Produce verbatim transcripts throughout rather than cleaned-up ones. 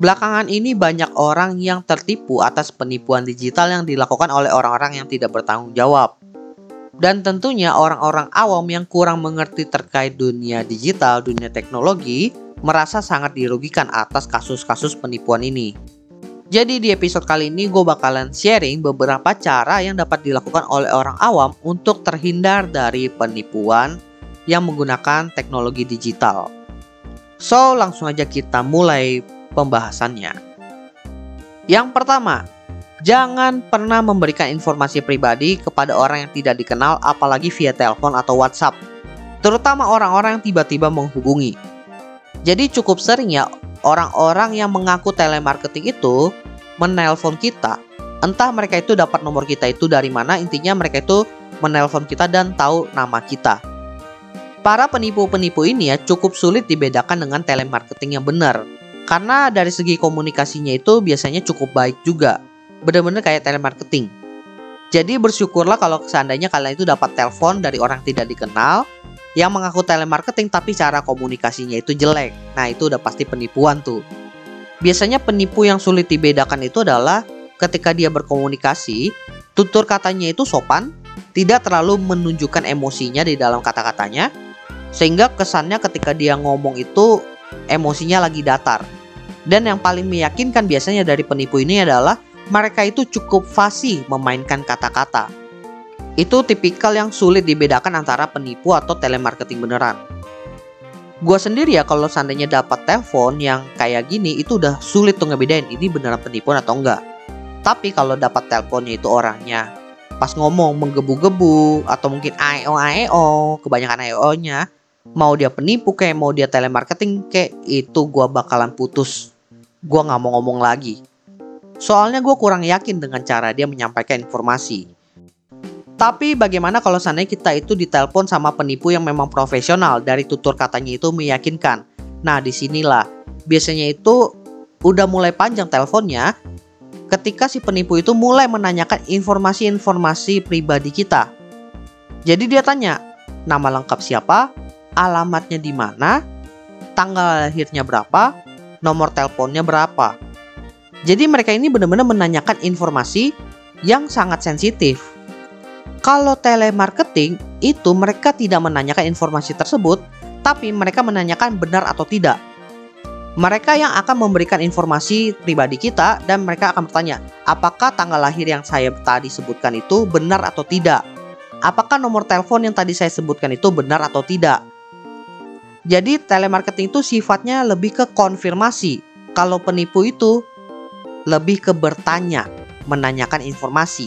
Belakangan ini banyak orang yang tertipu atas penipuan digital yang dilakukan oleh orang-orang yang tidak bertanggung jawab. Dan tentunya orang-orang awam yang kurang mengerti terkait dunia digital, dunia teknologi, merasa sangat dirugikan atas kasus-kasus penipuan ini. Jadi di episode kali ini gue bakalan sharing beberapa cara yang dapat dilakukan oleh orang awam untuk terhindar dari penipuan yang menggunakan teknologi digital. So, langsung aja kita mulai pembahasannya. Yang pertama, jangan pernah memberikan informasi pribadi kepada orang yang tidak dikenal, apalagi via telepon atau WhatsApp, terutama orang-orang yang tiba-tiba menghubungi. Jadi cukup sering ya orang-orang yang mengaku telemarketing itu menelpon kita. Entah mereka itu dapat nomor kita itu dari mana, intinya mereka itu menelpon kita dan tahu nama kita. Para penipu-penipu ini ya cukup sulit dibedakan dengan telemarketing yang benar, karena dari segi komunikasinya itu biasanya cukup baik juga, benar-benar kayak telemarketing. Jadi bersyukurlah kalau seandainya kalian itu dapat telepon dari orang tidak dikenal yang mengaku telemarketing tapi cara komunikasinya itu jelek. Nah, itu udah pasti penipuan tuh. Biasanya penipu yang sulit dibedakan itu adalah ketika dia berkomunikasi, tutur katanya itu sopan, tidak terlalu menunjukkan emosinya di dalam kata-katanya, sehingga kesannya ketika dia ngomong itu emosinya lagi datar. Dan yang paling meyakinkan biasanya dari penipu ini adalah mereka itu cukup fasih memainkan kata-kata. Itu tipikal yang sulit dibedakan antara penipu atau telemarketing beneran. Gua sendiri ya kalau seandainya dapat telepon yang kayak gini itu udah sulit tuh ngebedain ini beneran penipuan atau enggak. Tapi kalau dapat teleponnya itu orangnya pas ngomong menggebu-gebu atau mungkin aeo aeo, kebanyakan aeo-nya, mau dia penipu kayak mau dia telemarketing kayak, itu gua bakalan putus. Gua nggak mau ngomong lagi. Soalnya gue kurang yakin dengan cara dia menyampaikan informasi. Tapi bagaimana kalau seandainya kita itu ditelepon sama penipu yang memang profesional, dari tutur katanya itu meyakinkan. Nah, disinilah biasanya itu udah mulai panjang teleponnya ketika si penipu itu mulai menanyakan informasi-informasi pribadi kita. Jadi dia tanya, nama lengkap siapa, alamatnya di mana, tanggal lahirnya berapa, nomor teleponnya berapa. Jadi mereka ini benar-benar menanyakan informasi yang sangat sensitif. Kalau telemarketing itu mereka tidak menanyakan informasi tersebut, tapi mereka menanyakan benar atau tidak. Mereka yang akan memberikan informasi pribadi kita dan mereka akan bertanya, apakah tanggal lahir yang saya tadi sebutkan itu benar atau tidak? Apakah nomor telepon yang tadi saya sebutkan itu benar atau tidak? Jadi telemarketing itu sifatnya lebih ke konfirmasi. Kalau penipu itu lebih ke bertanya, menanyakan informasi.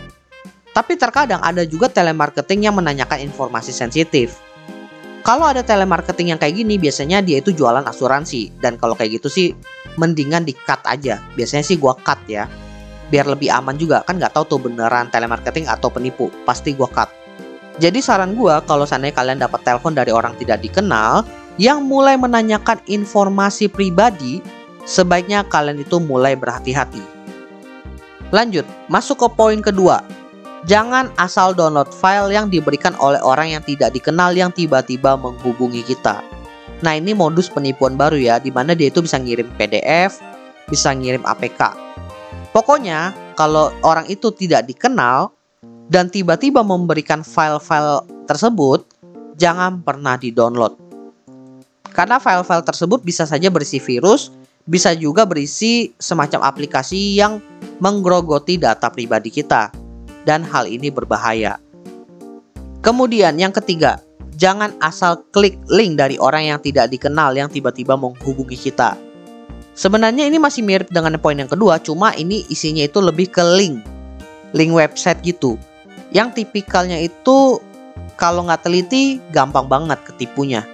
Tapi terkadang ada juga telemarketing yang menanyakan informasi sensitif. Kalau ada telemarketing yang kayak gini, biasanya dia itu jualan asuransi. Dan kalau kayak gitu sih, mendingan di-cut aja. Biasanya sih gua cut ya, biar lebih aman juga. Kan gak tahu tuh beneran telemarketing atau penipu, pasti gua cut. Jadi saran gua, kalau seandainya kalian dapat telepon dari orang tidak dikenal yang mulai menanyakan informasi pribadi, sebaiknya kalian itu mulai berhati-hati. Lanjut, masuk ke poin kedua. Jangan asal download file yang diberikan oleh orang yang tidak dikenal yang tiba-tiba menghubungi kita. Nah, ini modus penipuan baru ya, dimana dia itu bisa ngirim P D F, bisa ngirim A P K. Pokoknya, kalau orang itu tidak dikenal dan tiba-tiba memberikan file-file tersebut, jangan pernah di-download. Karena file-file tersebut bisa saja berisi virus, bisa juga berisi semacam aplikasi yang menggerogoti data pribadi kita. Dan hal ini berbahaya. Kemudian yang ketiga, jangan asal klik link dari orang yang tidak dikenal yang tiba-tiba menghubungi kita. Sebenarnya ini masih mirip dengan poin yang kedua, cuma ini isinya itu lebih ke link. Link website gitu. Yang tipikalnya itu kalau nggak teliti gampang banget ketipunya.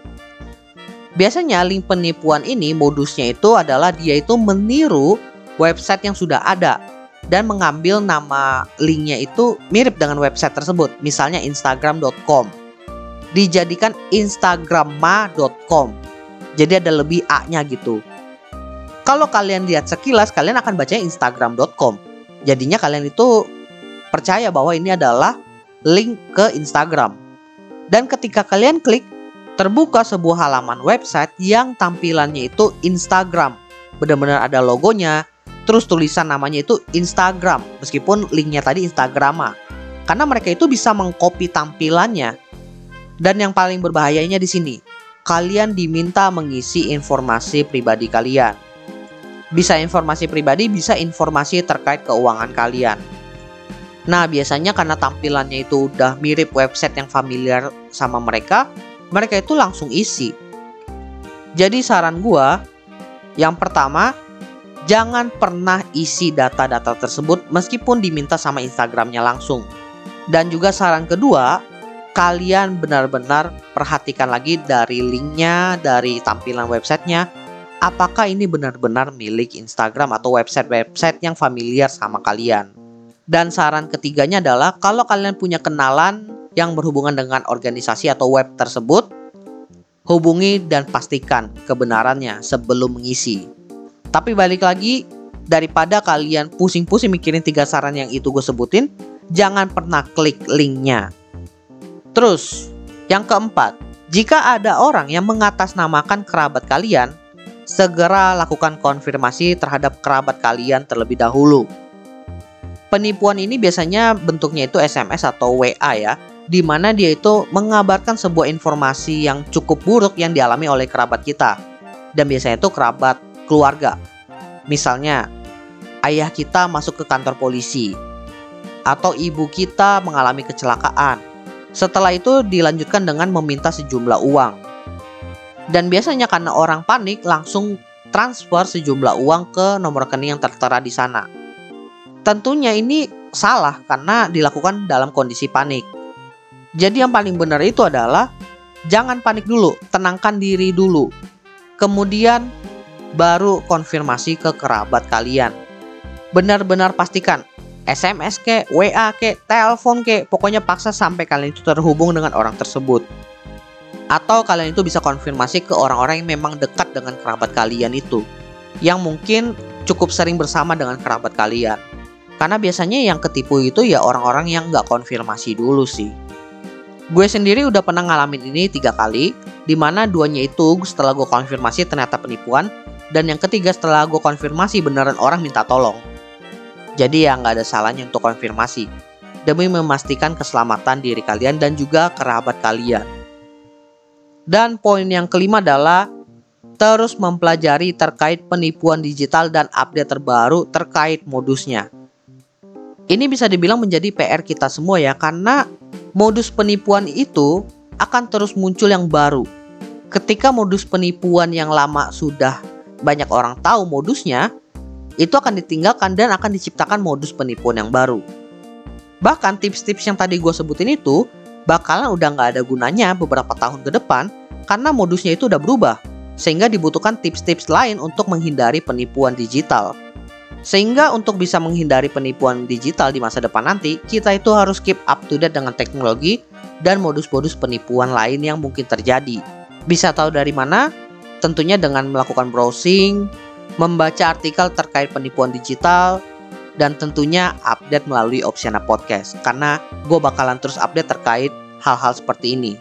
Biasanya link penipuan ini modusnya itu adalah dia itu meniru website yang sudah ada dan mengambil nama linknya itu mirip dengan website tersebut, misalnya instagram dot com, dijadikan instagramma dot com, jadi ada lebih A-nya gitu. Kalau kalian lihat sekilas, kalian akan bacanya instagram dot com, jadinya kalian itu percaya bahwa ini adalah link ke Instagram. Dan ketika kalian klik, terbuka sebuah halaman website yang tampilannya itu Instagram. benar-benar ada logonya, terus tulisan namanya itu Instagram, meskipun linknya tadi Instagrama. Karena mereka itu bisa mengcopy tampilannya. Dan yang paling berbahayanya di sini, kalian diminta mengisi informasi pribadi kalian. Bisa informasi pribadi, bisa informasi terkait keuangan kalian. Nah, biasanya karena tampilannya itu udah mirip website yang familiar sama mereka, mereka itu langsung isi. Jadi saran gua, yang pertama, jangan pernah isi data-data tersebut meskipun diminta sama Instagramnya langsung. Dan juga saran kedua, kalian benar-benar perhatikan lagi dari linknya, dari tampilan websitenya, apakah ini benar-benar milik Instagram atau website-website yang familiar sama kalian. Dan saran ketiganya adalah kalau kalian punya kenalan yang berhubungan dengan organisasi atau web tersebut, hubungi dan pastikan kebenarannya sebelum mengisi. Tapi balik lagi, daripada kalian pusing-pusing mikirin tiga saran yang itu gue sebutin, jangan pernah klik linknya. Terus, yang keempat, jika ada orang yang mengatasnamakan kerabat kalian, segera lakukan konfirmasi terhadap kerabat kalian terlebih dahulu. Penipuan ini biasanya bentuknya itu S M S atau W A ya, di mana dia itu mengabarkan sebuah informasi yang cukup buruk yang dialami oleh kerabat kita. Dan biasanya itu kerabat keluarga. Misalnya, ayah kita masuk ke kantor polisi, atau ibu kita mengalami kecelakaan. Setelah itu dilanjutkan dengan meminta sejumlah uang. Dan biasanya karena orang panik langsung transfer sejumlah uang ke nomor rekening yang tertera di sana. Tentunya ini salah karena dilakukan dalam kondisi panik. Jadi yang paling benar itu adalah jangan panik dulu, tenangkan diri dulu. Kemudian baru konfirmasi ke kerabat kalian. Benar-benar pastikan S M S ke, W A ke, telepon ke, pokoknya paksa sampai kalian itu terhubung dengan orang tersebut. Atau kalian itu bisa konfirmasi ke orang-orang yang memang dekat dengan kerabat kalian itu, yang mungkin cukup sering bersama dengan kerabat kalian. Karena biasanya yang ketipu itu ya orang-orang yang nggak konfirmasi dulu sih. Gue sendiri udah pernah ngalamin ini tiga kali, dimana duanya itu setelah gue konfirmasi ternyata penipuan, dan yang ketiga setelah gue konfirmasi beneran orang minta tolong. Jadi ya nggak ada salahnya untuk konfirmasi, demi memastikan keselamatan diri kalian dan juga kerabat kalian. Dan poin yang kelima adalah terus mempelajari terkait penipuan digital dan update terbaru terkait modusnya. Ini bisa dibilang menjadi P R kita semua ya, karena modus penipuan itu akan terus muncul yang baru. Ketika modus penipuan yang lama sudah banyak orang tahu modusnya, itu akan ditinggalkan dan akan diciptakan modus penipuan yang baru. Bahkan tips-tips yang tadi gue sebutin itu bakalan udah gak ada gunanya beberapa tahun ke depan karena modusnya itu udah berubah. Sehingga dibutuhkan tips-tips lain untuk menghindari penipuan digital. Sehingga untuk bisa menghindari penipuan digital di masa depan nanti, kita itu harus keep up to date dengan teknologi dan modus-modus penipuan lain yang mungkin terjadi. Bisa tahu dari mana? Tentunya dengan melakukan browsing, membaca artikel terkait penipuan digital, dan tentunya update melalui Opsiana Podcast. Karena gue bakalan terus update terkait hal-hal seperti ini.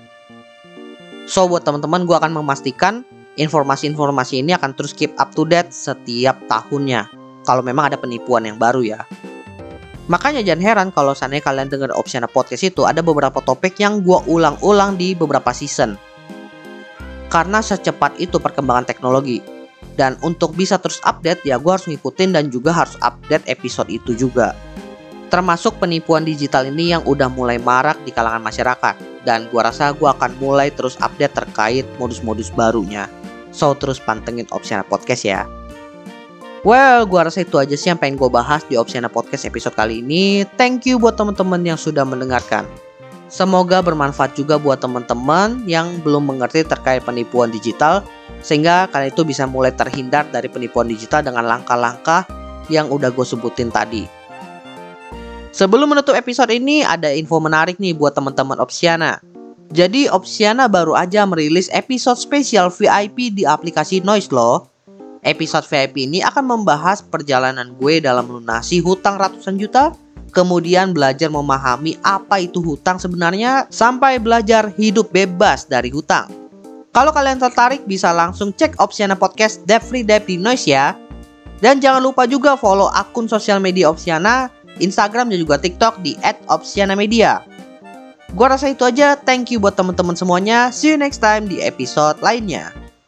So buat teman-teman, gue akan memastikan informasi-informasi ini akan terus keep up to date setiap tahunnya. Kalau memang ada penipuan yang baru ya. Makanya jangan heran kalau seandainya kalian dengar Opsiana Podcast itu ada beberapa topik yang gue ulang-ulang di beberapa season. Karena secepat itu perkembangan teknologi. Dan untuk bisa terus update ya gue harus ngikutin dan juga harus update episode itu juga. Termasuk penipuan digital ini yang udah mulai marak di kalangan masyarakat. Dan gue rasa gue akan mulai terus update terkait modus-modus barunya. So terus pantengin Opsiana Podcast ya. Well, gue rasa itu aja sih yang pengen gue bahas di Opsiana Podcast episode kali ini. Thank you buat teman-teman yang sudah mendengarkan. Semoga bermanfaat juga buat teman-teman yang belum mengerti terkait penipuan digital, sehingga kalian itu bisa mulai terhindar dari penipuan digital dengan langkah-langkah yang udah gue sebutin tadi. Sebelum menutup episode ini, ada info menarik nih buat teman-teman Opsiana. Jadi Opsiana baru aja merilis episode spesial V I P di aplikasi Noise loh. Episode V I P ini akan membahas perjalanan gue dalam melunasi hutang ratusan juta, kemudian belajar memahami apa itu hutang sebenarnya, sampai belajar hidup bebas dari hutang. Kalau kalian tertarik bisa langsung cek Opsiana Podcast Debt Free Debt di Noise ya. Dan jangan lupa juga follow akun sosial media Opsiana, Instagram dan juga TikTok di et opsiana media. Gua rasa itu aja. Thank you buat teman-teman semuanya. See you next time di episode lainnya.